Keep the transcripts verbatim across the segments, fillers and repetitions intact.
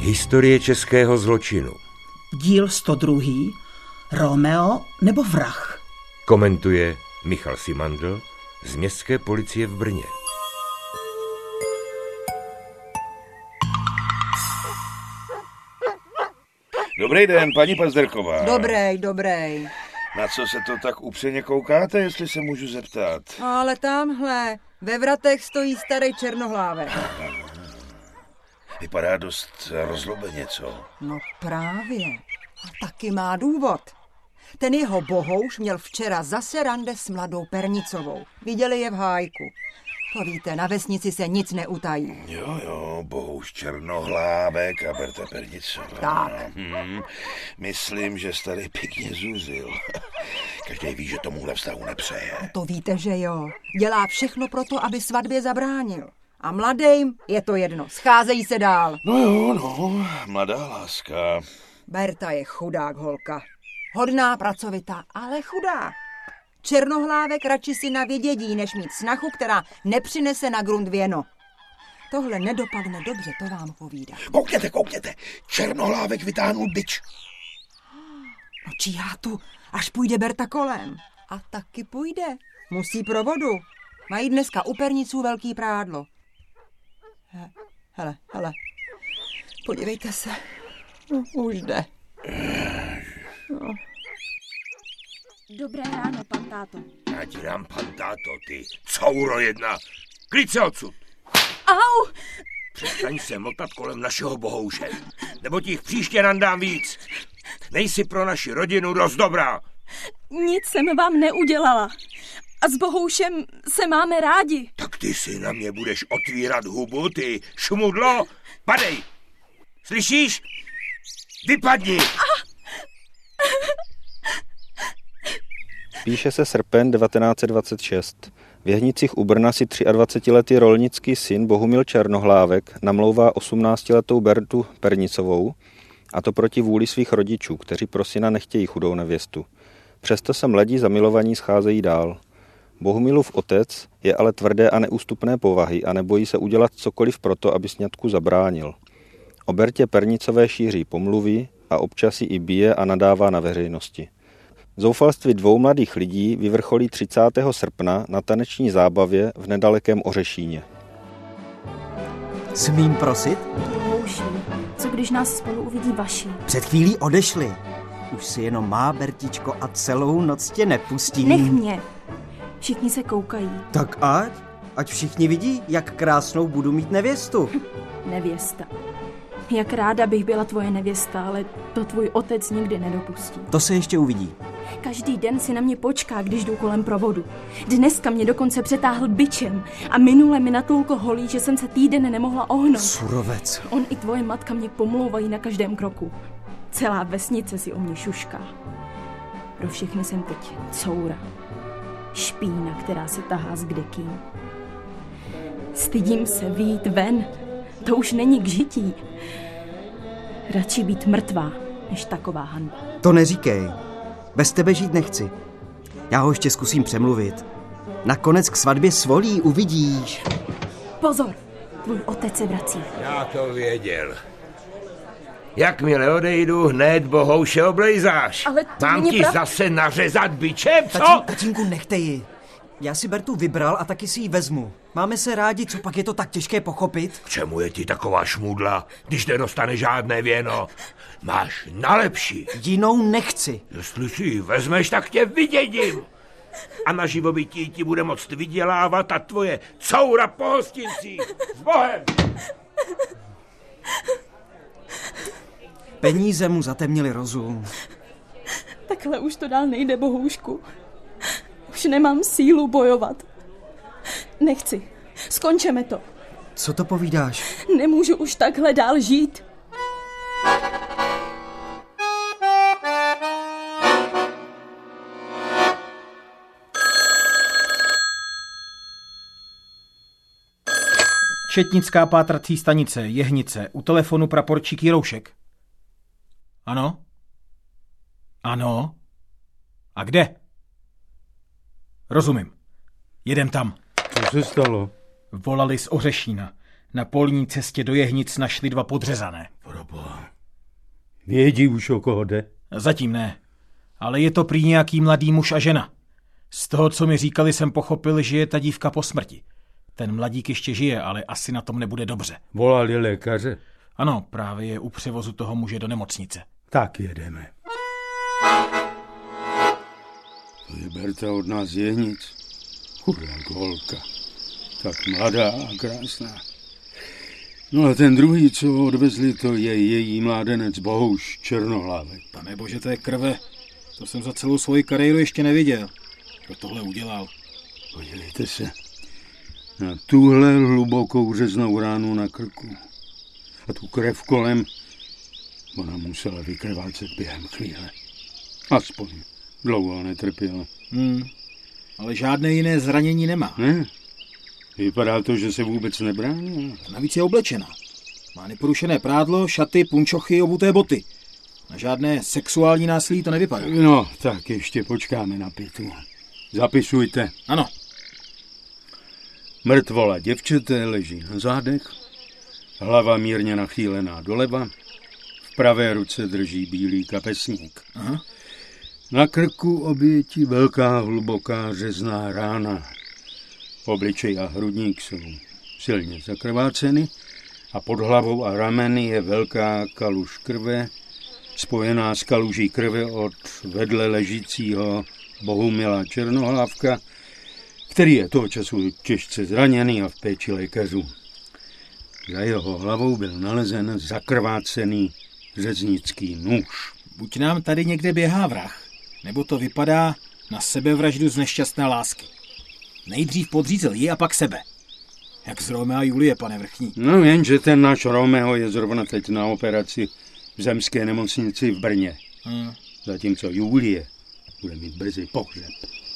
Historie českého zločinu. Díl sto dva. Romeo nebo vrah. Komentuje Michal Simandl z Městské policie v Brně. Dobrý den, paní Pazderková. Dobrý, dobrý. Na co se to tak upřeně koukáte, jestli se můžu zeptat? Ale tamhle, ve vratech stojí starý černohlávek. Vypadá dost rozlobeně, co? No právě. A taky má důvod. Ten jeho bohouš měl včera zase rande s mladou Pernicovou. Viděli je v hájku. To víte, na vesnici se nic neutají. Jo, jo, bohouš Černohlávek a Berta Pernicová. Tak. Hmm, myslím, že starý pěkně zuzil. Každý ví, že tomuhle vztahu nepřeje. A to víte, že jo. Dělá všechno pro to, aby svatbě zabránil. A mladým je to jedno. Scházejí se dál. No jo, no, mladá láska. Berta je chudák holka. Hodná, pracovitá, ale chudá. Černohlávek radši si na vědědí, než mít snachu, která nepřinese na grunt věno. Tohle nedopadne dobře, to vám povídám. Koukněte, koukněte, Černohlávek vytáhnul bič. No číhá tu, až půjde Berta kolem. A taky půjde. Musí pro vodu. Mají dneska u Perniců velký prádlo. He, hele, hele. Podívejte se. No, už jde. No. Dobré ráno, pan táto. Já ti dám, pan táto, ty couro jedna. Klid se odsud. Au! Přestaň se motat kolem našeho bohouše, nebo ti jich příště nandám víc. Nejsi pro naši rodinu dost dobrá. Nic jsem vám neudělala. A s bohoušem se máme rádi. Tak ty si na mě budeš otvírat hubu, ty šmudlo. Padej. Slyšíš? Vypadni. Píše se srpen devatenáct set dvacet šest. V Jehnicích u Brna si dvacetiletý rolnický syn Bohumil Černohlávek namlouvá osmnáctiletou Bertu Pernicovou, a to proti vůli svých rodičů, kteří pro syna nechtějí chudou nevěstu. Přesto se mladí zamilovaní scházejí dál. Bohumilův otec je ale tvrdé a neústupné povahy a nebojí se udělat cokoliv proto, aby sňatku zabránil. O Bertě Pernicové šíří pomluvy a občas ji i bije a nadává na veřejnosti. Zoufalství dvou mladých lidí vyvrcholí třicátého srpna na taneční zábavě v nedalekém Ořešíně. Smím prosit? Bohouši, co když nás spolu uvidí vaši? Před chvílí odešli. Už si jenom má, Bertičko, a celou noc tě nepustím. Nech mě. Všichni se koukají. Tak ať. Ať všichni vidí, jak krásnou budu mít nevěstu. Nevěsta. Jak ráda bych byla tvoje nevěsta, ale to tvůj otec nikdy nedopustí. To se ještě uvidí. Každý den si na mě počká, když jdu kolem provodu. Dneska mě dokonce přetáhl bičem a minule mi natolko holí, že jsem se týden nemohla ohnout. Surovec. On i tvoje matka mě pomlouvají na každém kroku. Celá vesnice si o mě šušká. Pro všechny jsem teď coura. Špína, která se tahá s kdekým. Stydím se vyjít ven. To už není k žití. Radši být mrtvá, než taková hanba. To neříkej. Bez tebe žít nechci. Já ho ještě zkusím přemluvit. Nakonec k svatbě svolí, uvidíš. Pozor, tvůj otec se vrací. Já to věděl. Jakmile odejdu, hned bohouše oblejzáš. Ale to Mám není ti prav... zase nařezat bičem, co? Tačín, tatínku, nechte ji. Já si Bertu vybral a taky si ji vezmu. Máme se rádi, co pak je to tak těžké pochopit? K čemu je ti taková šmudla, když nedostane žádné věno? Máš na lepší. Jinou nechci. Jestli si ji vezmeš, tak tě vydědím. A na živobytí ti bude moct vydělávat a tvoje coura po hostincích. S Bohem! Peníze mu zatemnili rozum. Takhle už to dál nejde, bohoušku. Už nemám sílu bojovat. Nechci. Skončeme to. Co to povídáš? Nemůžu už takhle dál žít. Četnická pátrací stanice, Jehnice, u telefonu praporčík Jiroušek. Ano? Ano? A kde? Rozumím. Jedem tam. Co se stalo? Volali z Ořešína. Na polní cestě do Jehnic našli dva podřezané. Proboha. Vědí už, o koho jde? Zatím ne. Ale je to prý nějaký mladý muž a žena. Z toho, co mi říkali, jsem pochopil, že je ta dívka po smrti. Ten mladík ještě žije, ale asi na tom nebude dobře. Volali lékaře? Ano, právě je u převozu toho muže do nemocnice. Tak jedeme. To je Berta od nás z Jehnic. Chudá holka. Tak mladá a krásná. No a ten druhý, co ho odvezli, to je její mládenec Bohuš Černohlávek. Pane bože, to je krve. To jsem za celou svoji kariéru ještě neviděl. Kdo tohle udělal? Podívejte se na tuhle hlubokou řeznou ránu na krku. A tu krev kolem, ona musela vykrvácet během chvíle. Aspoň dlouho netrpěla. Hmm, ale žádné jiné zranění nemá. Ne, vypadá to, že se vůbec nebrání. Navíc je oblečená. Má neporušené prádlo, šaty, punčochy, obuté boty. Na žádné sexuální násilí to nevypadá. No, tak ještě počkáme na pitu. Zapisujte. Ano. Mrtvola děvčete leží na zádech, hlava mírně nachýlená doleva, v pravé ruce drží bílý kapesník. Aha. Na krku oběti velká hluboká řezná rána. Obličej a hrudník jsou silně zakrváceny a pod hlavou a rameny je velká kaluž krve, spojená s kaluží krve od vedle ležícího Bohumila Černohlávka, který je toho času těžce zraněný a v péči lékařů. Za jeho hlavou byl nalezen zakrvácený řeznický nůž. Buď nám tady někde běhá vrah, nebo to vypadá na sebevraždu z nešťastné lásky. Nejdřív podřízel ji a pak sebe. Jak z Romea a Julie, pane vrchní. No jen, že ten náš Romeo je zrovna teď na operaci v zemské nemocnici v Brně. Hmm. Zatímco Julie bude mít brzy pohřeb.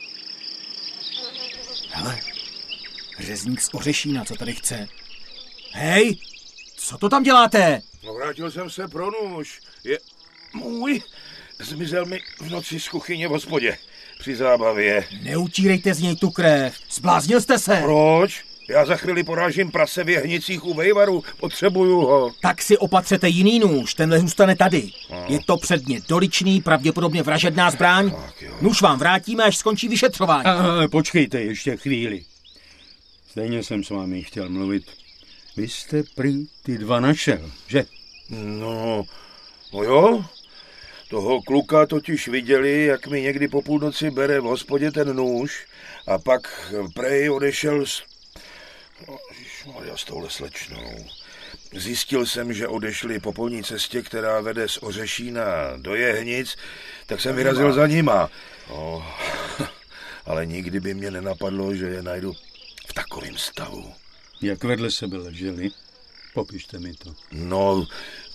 Hele, řezník z Ořešína, co tady chce? Hej, co to tam děláte? No, vrátil jsem se pro nůž. Je můj. Zmizel mi v noci z kuchyně v hospodě. Při zábavě. Neutírejte z něj tu krev. Zbláznil jste se. Proč? Já za chvíli porážím prase v Jehnicích u Vejvaru. Potřebuju ho. Tak si opatřete jiný nůž. Tenhle zůstane tady. No. Je to předně doličný, pravděpodobně vražedná zbraň. Nůž vám vrátíme, až skončí vyšetřování. A, počkejte ještě chvíli. Stejně jsem s vámi chtěl mluvit. Vy jste prý ty dva našel, že? No, no jo. Toho kluka totiž viděli, jak mi někdy po půlnoci bere v hospodě ten nůž a pak prej odešel s... Ježišmarja, s touhle slečnou. Zjistil jsem, že odešli po polní cestě, která vede z Ořešína do Jehnic, tak jsem vyrazil za nima. Oh, ale nikdy by mě nenapadlo, že je najdu v takovém stavu. Jak vedle sebe leželi? Popište mi to. No,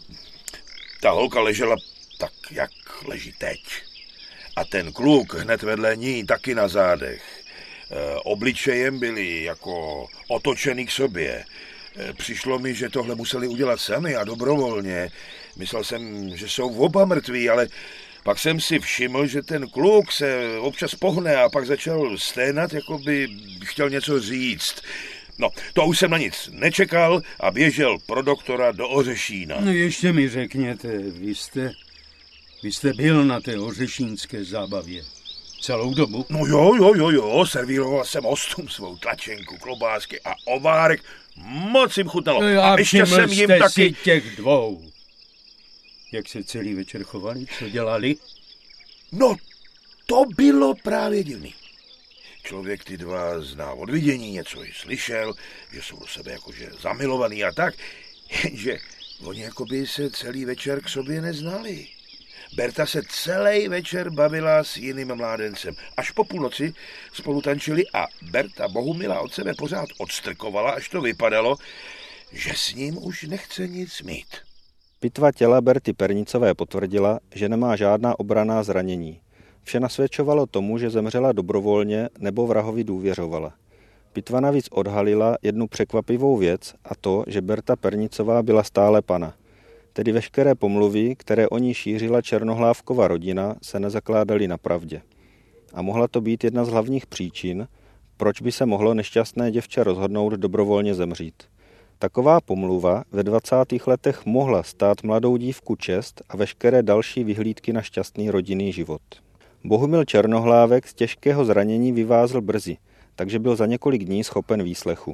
ta holka ležela tak, jak leží teď. A ten kluk hned vedle ní taky na zádech. E, obličejem byli jako otočený k sobě. E, přišlo mi, že tohle museli udělat sami a dobrovolně. Myslel jsem, že jsou oba mrtví, ale pak jsem si všiml, že ten kluk se občas pohne a pak začal sténat, jako by chtěl něco říct. No, to už jsem na nic nečekal a běžel pro doktora do Ořešína. No ještě mi řekněte, vy jste, vy jste byl na té ořešínské zábavě celou dobu? No jo, jo, jo, jo, servíroval jsem hostům svou tlačenku, klobásky a ovárek. Moc jim chutnalo. No a ještě jsem jim taky... si těch dvou. Jak se celý večer chovali, co dělali? No, to bylo právě divný. Člověk ty dva zná od vidění, něco i slyšel, že jsou do sebe jakože zamilovaný a tak, jenže oni jakoby se celý večer k sobě neznali. Berta se celý večer bavila s jiným mládencem. Až po půlnoci spolu tančili a Berta Bohumila od sebe pořád odstrkovala, až to vypadalo, že s ním už nechce nic mít. Pitva těla Berty Pernicové potvrdila, že nemá žádná obranná zranění. Vše nasvědčovalo tomu, že zemřela dobrovolně nebo vrahovi důvěřovala. Pitva navíc odhalila jednu překvapivou věc a to, že Berta Pernicová byla stále pana. Tedy veškeré pomluvy, které o ní šířila Černohlávkova rodina, se nezakládaly na pravdě. A mohla to být jedna z hlavních příčin, proč by se mohlo nešťastné děvče rozhodnout dobrovolně zemřít. Taková pomluva ve dvacátých letech mohla stát mladou dívku čest a veškeré další vyhlídky na šťastný rodinný život. Bohumil Černohlávek z těžkého zranění vyvázl brzy, takže byl za několik dní schopen výslechu.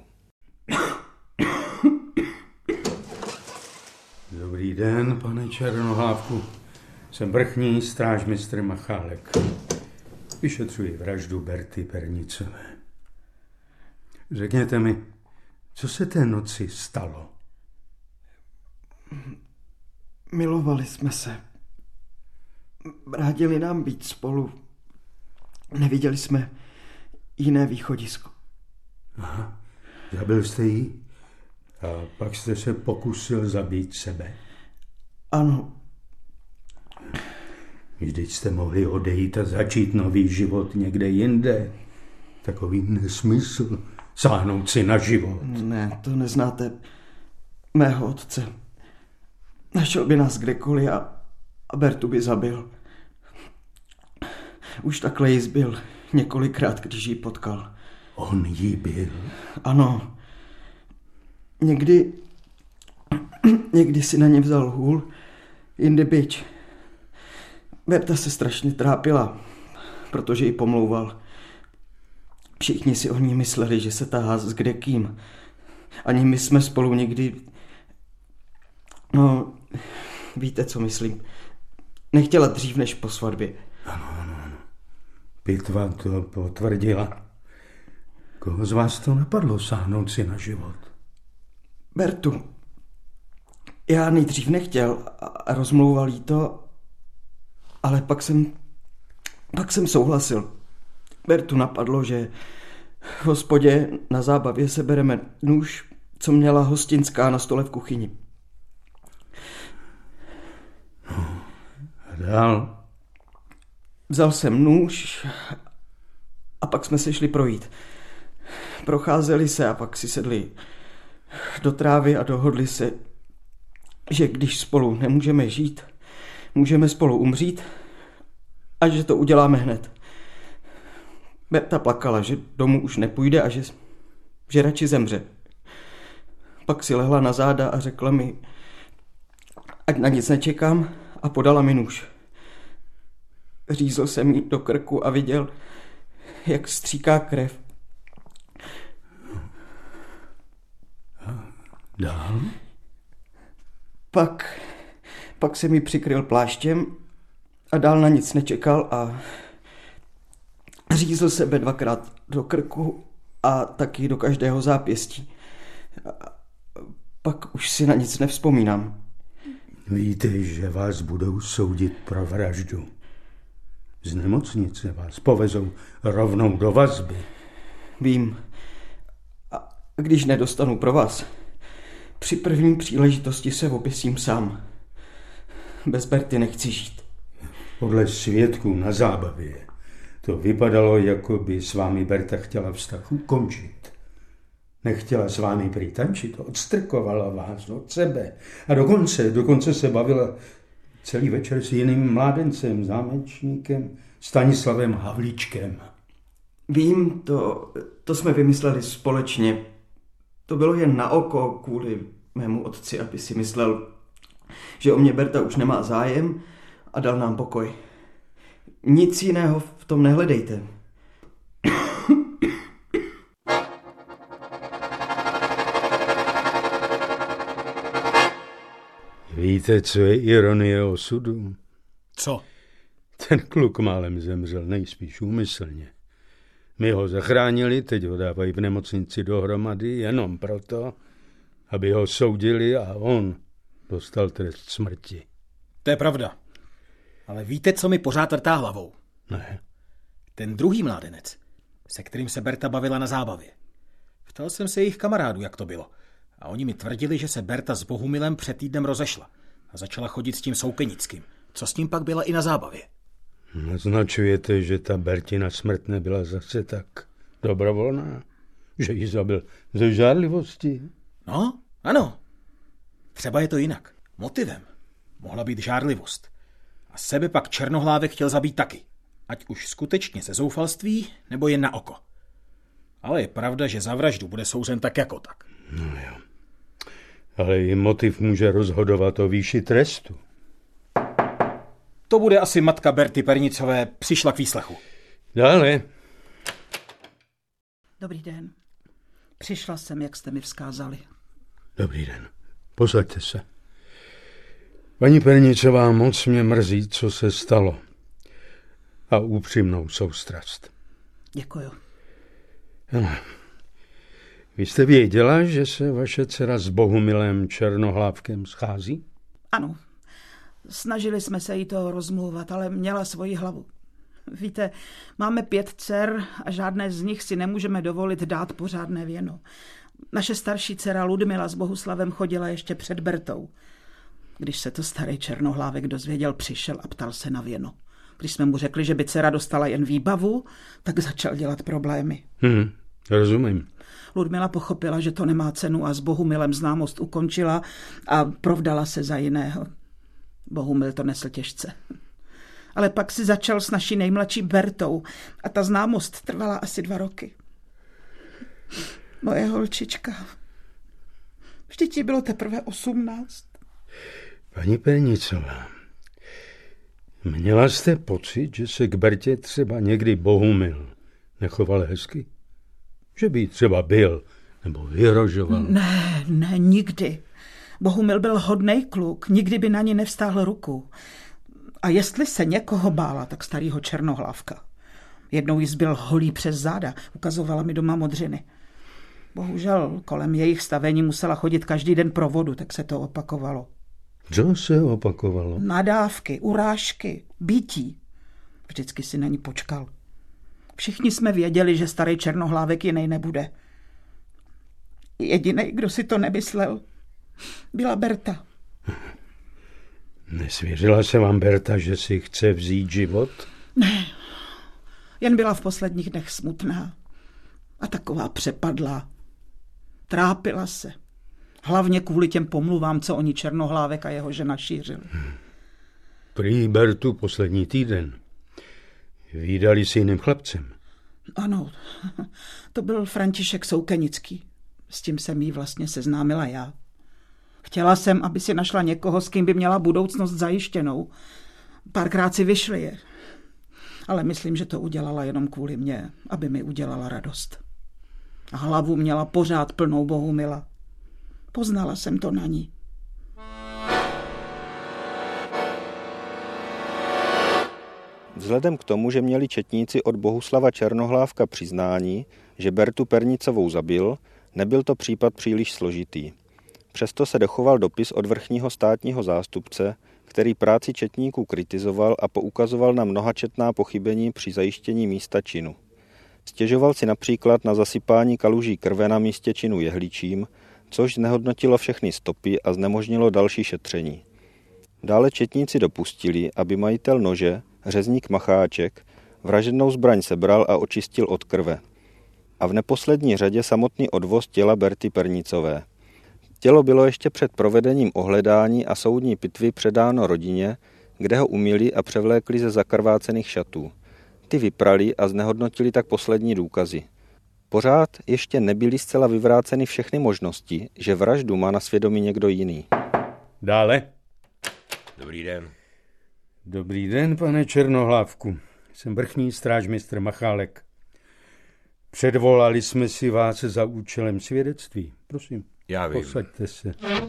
Dobrý den, pane Černohlávku. Jsem vrchní strážmistr Machálek. Vyšetřuji vraždu Berty Pernicové. Řekněte mi, co se té noci stalo? Milovali jsme se. Rádili nám být spolu. Neviděli jsme jiné východisko. Aha, zabil jste ji? A pak jste se pokusil zabít sebe? Ano. Vždyť jste mohli odejít a začít nový život někde jinde. Takový nesmysl. Sáhnout si na život. Ne, to neznáte mého otce. Našel by nás kdekoliv a, a Bertu by zabil. Už takhle jí zbyl několikrát, když ji potkal. On jí byl? Ano. Někdy, někdy si na ně vzal hůl, jindy bič. Berta se strašně trápila, protože ji pomlouval. Všichni si o ní mysleli, že se tahá s kdekým. Ani my jsme spolu nikdy... No, víte, co myslím. Nechtěla dřív než po svatbě. Ano, ano, ano. Pitva to potvrdila. Koho z vás to napadlo sáhnout si na život? Bertu. Já nejdřív nechtěl a rozmlouval jí to, ale pak jsem... Pak jsem souhlasil. Bertu napadlo, že v hospodě na zábavě se bereme nůž, co měla hostinská na stole v kuchyni. No, a dál? Vzal jsem nůž a pak jsme se šli projít. Procházeli se a pak si sedli do trávy a dohodli se, že když spolu nemůžeme žít, můžeme spolu umřít a že to uděláme hned. Berta plakala, že domů už nepůjde a že, že radši zemře. Pak si lehla na záda a řekla mi, ať na nic nečekám, a podala mi nůž. Řízl jsem jí do krku a viděl, jak stříká krev. Dál? Pak, pak se mi přikryl pláštěm a dál na nic nečekal a řízl sebe dvakrát do krku a taky do každého zápěstí. A pak už si na nic nevzpomínám. Víte, že vás budou soudit pro vraždu. Z nemocnice vás povezou rovnou do vazby. Vím. A když nedostanu pro vás, při první příležitosti se oběsím sám. Bez Berty nechci žít. Podle svědků na zábavě to vypadalo, jako by s vámi Berta chtěla vztah ukončit. Nechtěla s vámi prý tančit, odstrkovala vás od sebe. A dokonce, dokonce se bavila celý večer s jiným mládencem, zámečníkem Stanislavem Havlíčkem. Vím, to, to jsme vymysleli společně. To bylo jen na oko kvůli mému otci, aby si myslel, že o mě Berta už nemá zájem a dal nám pokoj. Nic jiného v tom nehledejte. Víte, co je ironie osudu? Co? Ten kluk málem zemřel, nejspíš úmyslně. My ho zachránili, teď ho dávají v nemocnici dohromady jenom proto, aby ho soudili a on dostal trest smrti. To je pravda. Ale víte, co mi pořád vrtá hlavou? Ne. Ten druhý mládenec, se kterým se Berta bavila na zábavě. Ptal jsem se jejich kamarádů, jak to bylo. A oni mi tvrdili, že se Berta s Bohumilem před týdnem rozešla a začala chodit s tím Soukenickým, co s ním pak byla i na zábavě. Naznačujete, že ta Bertina smrt nebyla zase tak dobrovolná? Že ji zabil ze žárlivosti? No, ano. Třeba je to jinak. Motivem mohla být žárlivost. A sebe pak Černohlávek chtěl zabít taky. Ať už skutečně ze zoufalství, nebo jen na oko. Ale je pravda, že za vraždu bude souzen tak jako tak. No jo. Ale i motiv může rozhodovat o výši trestu. To bude asi matka Berty Pernicové, přišla k výslechu. Dále. Dobrý den. Přišla jsem, jak jste mi vzkázali. Dobrý den. Posaďte se. Paní Pernicová, moc mě mrzí, co se stalo. A upřímnou soustrast. Děkuju. Ano. Vy jste věděla, že se vaše dcera s Bohumilem Černohlávkem schází? Ano. Snažili jsme se jí to rozmlouvat, ale měla svoji hlavu. Víte, máme pět dcer a žádné z nich si nemůžeme dovolit dát pořádné věno. Naše starší dcera Ludmila s Bohuslavem chodila ještě před Bertou. Když se to starý Černohlávek dozvěděl, přišel a ptal se na věno. Když jsme mu řekli, že by dcera dostala jen výbavu, tak začal dělat problémy. Hmm, rozumím. Ludmila pochopila, že to nemá cenu a s Bohumilem známost ukončila a provdala se za jiného. Bohumil to nesl těžce. Ale pak si začal s naší nejmladší Bertou a ta známost trvala asi dva roky. Moje holčička. Vždyť jí bylo teprve osmnáct. Paní Pernicová, měla jste pocit, že se k Bertě třeba někdy Bohumil nechoval hezky? Že by třeba byl nebo vyhrožoval? Ne, ne, nikdy. Bohumil byl hodnej kluk, nikdy by na ní nevstáhl ruku. A jestli se někoho bála, tak starýho Černohlávka. Jednou jí zbyl holý přes záda, ukazovala mi doma modřiny. Bohužel kolem jejich stavení musela chodit každý den pro vodu, tak se to opakovalo. Co se opakovalo? Nadávky, urážky, býtí. Vždycky si na ní počkal. Všichni jsme věděli, že starý Černohlávek jinej nebude. Jedinej, kdo si to nemyslel, byla Berta. Nesvěřila se vám Berta, že si chce vzít život? Ne, jen byla v posledních dnech smutná a taková přepadlá. Trápila se. Hlavně kvůli těm pomluvám, co oni Černohlávek a jeho žena šířili. Hmm. Prý Bertu poslední týden vídali s jiným chlapcem. Ano, to byl František Soukenický. S tím jsem jí vlastně seznámila já. Chtěla jsem, aby si našla někoho, s kým by měla budoucnost zajištěnou. Párkrát si vyšli je. Ale myslím, že to udělala jenom kvůli mně, aby mi udělala radost. A hlavu měla pořád plnou Bohumila. Poznala jsem to na ní. Vzhledem k tomu, že měli četníci od Bohuslava Černohlávka přiznání, že Bertu Pernicovou zabil, nebyl to případ příliš složitý. Přesto se dochoval dopis od vrchního státního zástupce, který práci četníků kritizoval a poukazoval na mnohačetná pochybení při zajištění místa činu. Stěžoval si například na zasypání kaluží krve na místě činu jehličím, což znehodnotilo všechny stopy a znemožnilo další šetření. Dále četníci dopustili, aby majitel nože, řezník Macháček, vražednou zbraň sebral a očistil od krve. A v neposlední řadě samotný odvoz těla Berty Pernicové. Tělo bylo ještě před provedením ohledání a soudní pitvy předáno rodině, kde ho umyli a převlékli ze zakrvácených šatů. Ty vyprali a znehodnotili tak poslední důkazy. Pořád ještě nebyly zcela vyvráceny všechny možnosti, že vraždu má na svědomí někdo jiný. Dále. Dobrý den. Dobrý den, pane Černohlávku. Jsem vrchní strážmistr Machálek. Předvolali jsme si vás za účelem svědectví. Prosím, já vím. Posaďte se.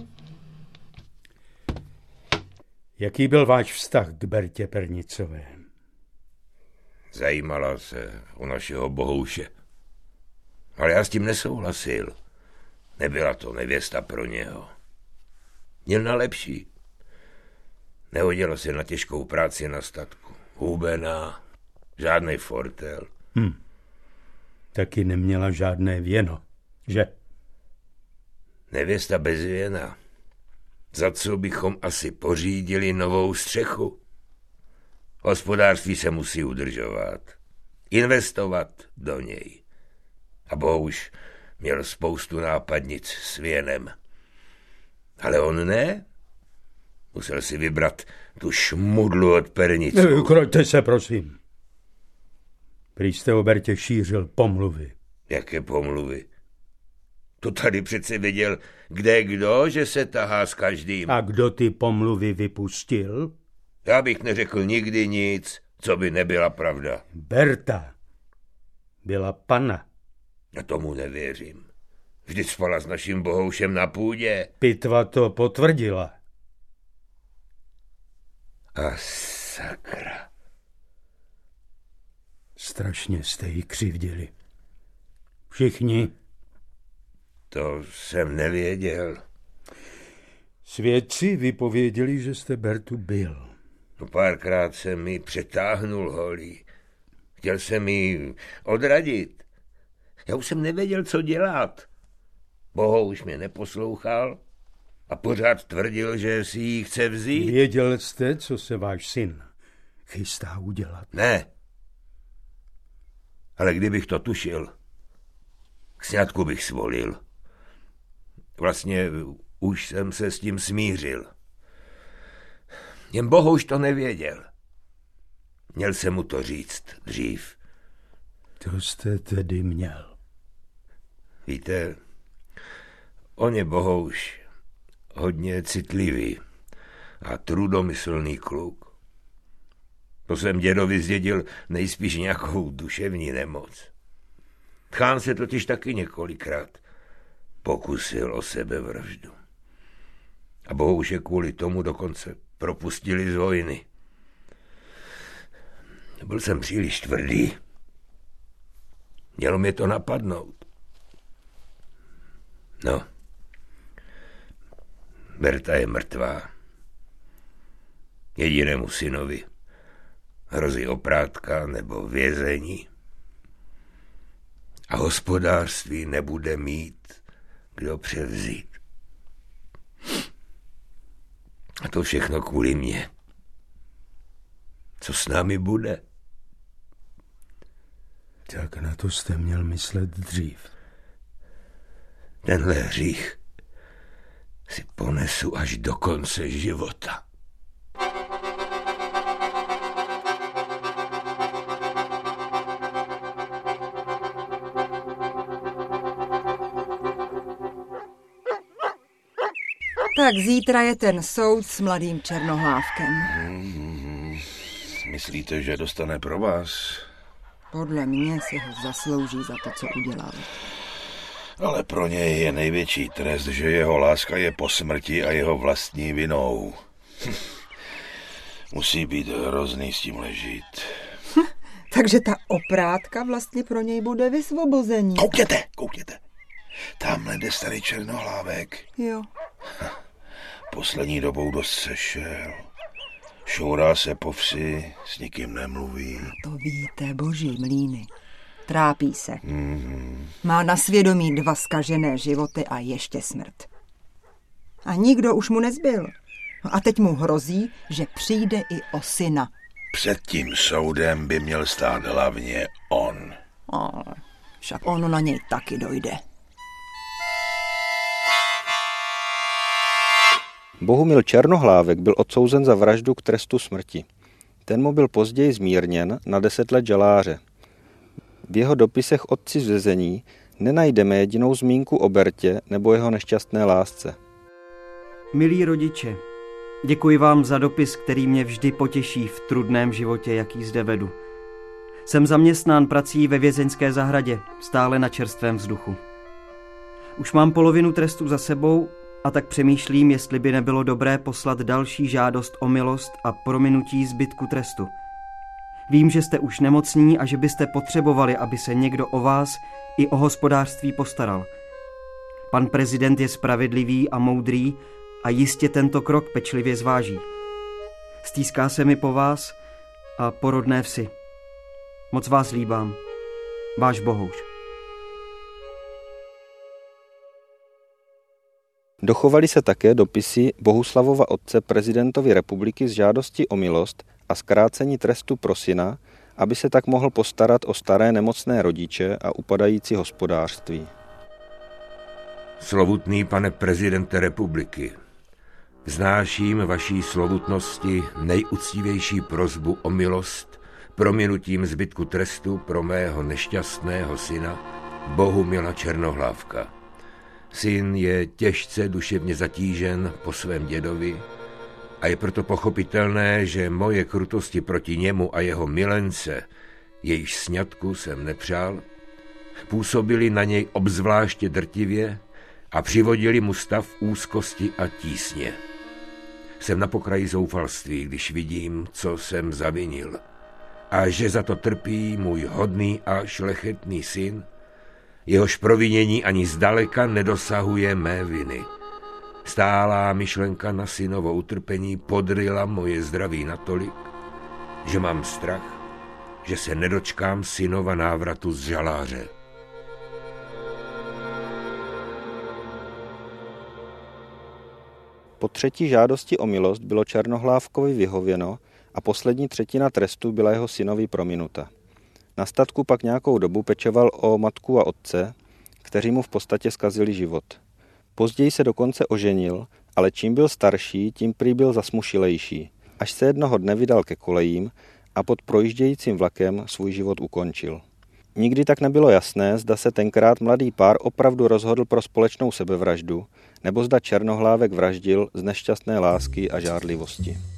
Jaký byl váš vztah k Bertě Pernicové? Zajímala se o našeho bohouše. Ale já s tím nesouhlasil. Nebyla to nevěsta pro něho. Měl na lepší. Nehodila se na těžkou práci na statku. Hubená, žádnej fortel. Hm. Taky neměla žádné věno, že? Nevěsta bez věna. Za co bychom asi pořídili novou střechu? Hospodářství se musí udržovat. Investovat do něj. A bohuž měl spoustu nápadnic s věnem. Ale on ne. Musel si vybrat tu šmudlu od Perniců. Kroďte se, prosím. Prý jste o Bertě šířil pomluvy. Jaké pomluvy? To tady přece viděl kde kdo, že se tahá s každým. A kdo ty pomluvy vypustil? Já bych neřekl nikdy nic, co by nebyla pravda. Berta byla pana. Já tomu nevěřím. Vždyť spala s naším Bohoušem na půdě. Pitva to potvrdila. A sakra. Strašně jste jí křivdili. Všichni. To jsem nevěděl. Svědci vypověděli, že jste Bertu bil. No párkrát jsem mi přetáhnul holí. Chtěl jsem ji odradit. Já už jsem nevěděl, co dělat. Bohouš mě neposlouchal a pořád tvrdil, že si ji chce vzít. Věděl jste, co se váš syn chystá udělat? Ne. Ale kdybych to tušil, k sňatku bych svolil. Vlastně už jsem se s tím smířil. Jen Bohouš to nevěděl. Měl jsem mu to říct dřív. To jste tedy měl. Víte, on je Bohouš hodně citlivý a trudomyslný kluk. Po svém dědovi zdědil nejspíš nějakou duševní nemoc. Chán se totiž taky několikrát pokusil o sebevraždu. A Bohouše kvůli tomu dokonce propustili z vojny. Byl jsem příliš tvrdý. Mělo mě to napadnout. No. Berta je mrtvá. Jedinému synovi hrozí oprátka nebo vězení. A hospodářství nebude mít kdo převzít. A to všechno kvůli mně. Co s námi bude? Tak na to jste měl myslet dřív. Tenhle hřích si ponesu až do konce života. Tak zítra je ten soud s mladým Černohlávkem. Hmm, myslíte, že dostane pro vás? Podle mě si ho zaslouží za to, co udělal. Ale pro něj je největší trest, že jeho láska je po smrti a jeho vlastní vinou. Musí být hrozný s tím ležít. Takže ta oprátka vlastně pro něj bude vysvobození. Koukněte, koukněte. Tamhle jde starý Černohlávek. Jo. Poslední dobou dost sešel. Šourá se po vsi, s nikým nemluví. To víte, boží mlýny. Trápí se. Mm-hmm. Má na svědomí dva zkažené životy a ještě smrt. A nikdo už mu nezbyl. A teď mu hrozí, že přijde i o syna. Před tím soudem by měl stát hlavně on. Ale však on na něj taky dojde. Bohumil Černohlávek byl odsouzen za vraždu k trestu smrti. Ten mu byl později zmírněn na deset let žaláře. V jeho dopisech otci z vězení nenajdeme jedinou zmínku o Bertě nebo jeho nešťastné lásce. Milí rodiče, děkuji vám za dopis, který mě vždy potěší v trudném životě, jaký zde vedu. Jsem zaměstnán prací ve vězeňské zahradě, stále na čerstvém vzduchu. Už mám polovinu trestu za sebou a tak přemýšlím, jestli by nebylo dobré poslat další žádost o milost a prominutí zbytku trestu. Vím, že jste už nemocní a že byste potřebovali, aby se někdo o vás i o hospodářství postaral. Pan prezident je spravedlivý a moudrý a jistě tento krok pečlivě zváží. Stýská se mi po vás a po rodné vsi. Moc vás líbám. Váš Bohouš. Dochovaly se také dopisy Bohuslavova otce prezidentovi republiky s žádostí o milost a zkrácení trestu pro syna, aby se tak mohl postarat o staré nemocné rodiče a upadající hospodářství. Slovutný pane prezidente republiky, vznáším vaší slovutnosti nejuctivější prosbu o milost prominutím zbytku trestu pro mého nešťastného syna Bohumila Černohlávka. Syn je těžce duševně zatížen po svém dědovi a je proto pochopitelné, že moje krutosti proti němu a jeho milence, jejíž sňatku jsem nepřál, působili na něj obzvláště drtivě a přivodili mu stav úzkosti a tísně. Jsem na pokraji zoufalství, když vidím, co jsem zavinil, a že za to trpí můj hodný a šlechetný syn, jehož provinění ani zdaleka nedosahuje mé viny. Stálá myšlenka na synovo utrpení podryla moje zdraví natolik, že mám strach, že se nedočkám synova návratu z žaláře. Po třetí žádosti o milost bylo Černohlávkovi vyhověno a poslední třetina trestu byla jeho synovi prominuta. Na statku pak nějakou dobu pečoval o matku a otce, kteří mu v podstatě zkazili život. Později se dokonce oženil, ale čím byl starší, tím prý byl zasmušilejší, až se jednoho dne vydal ke kolejím a pod projíždějícím vlakem svůj život ukončil. Nikdy tak nebylo jasné, zda se tenkrát mladý pár opravdu rozhodl pro společnou sebevraždu, nebo zda Černohlávek vraždil z nešťastné lásky a žárlivosti.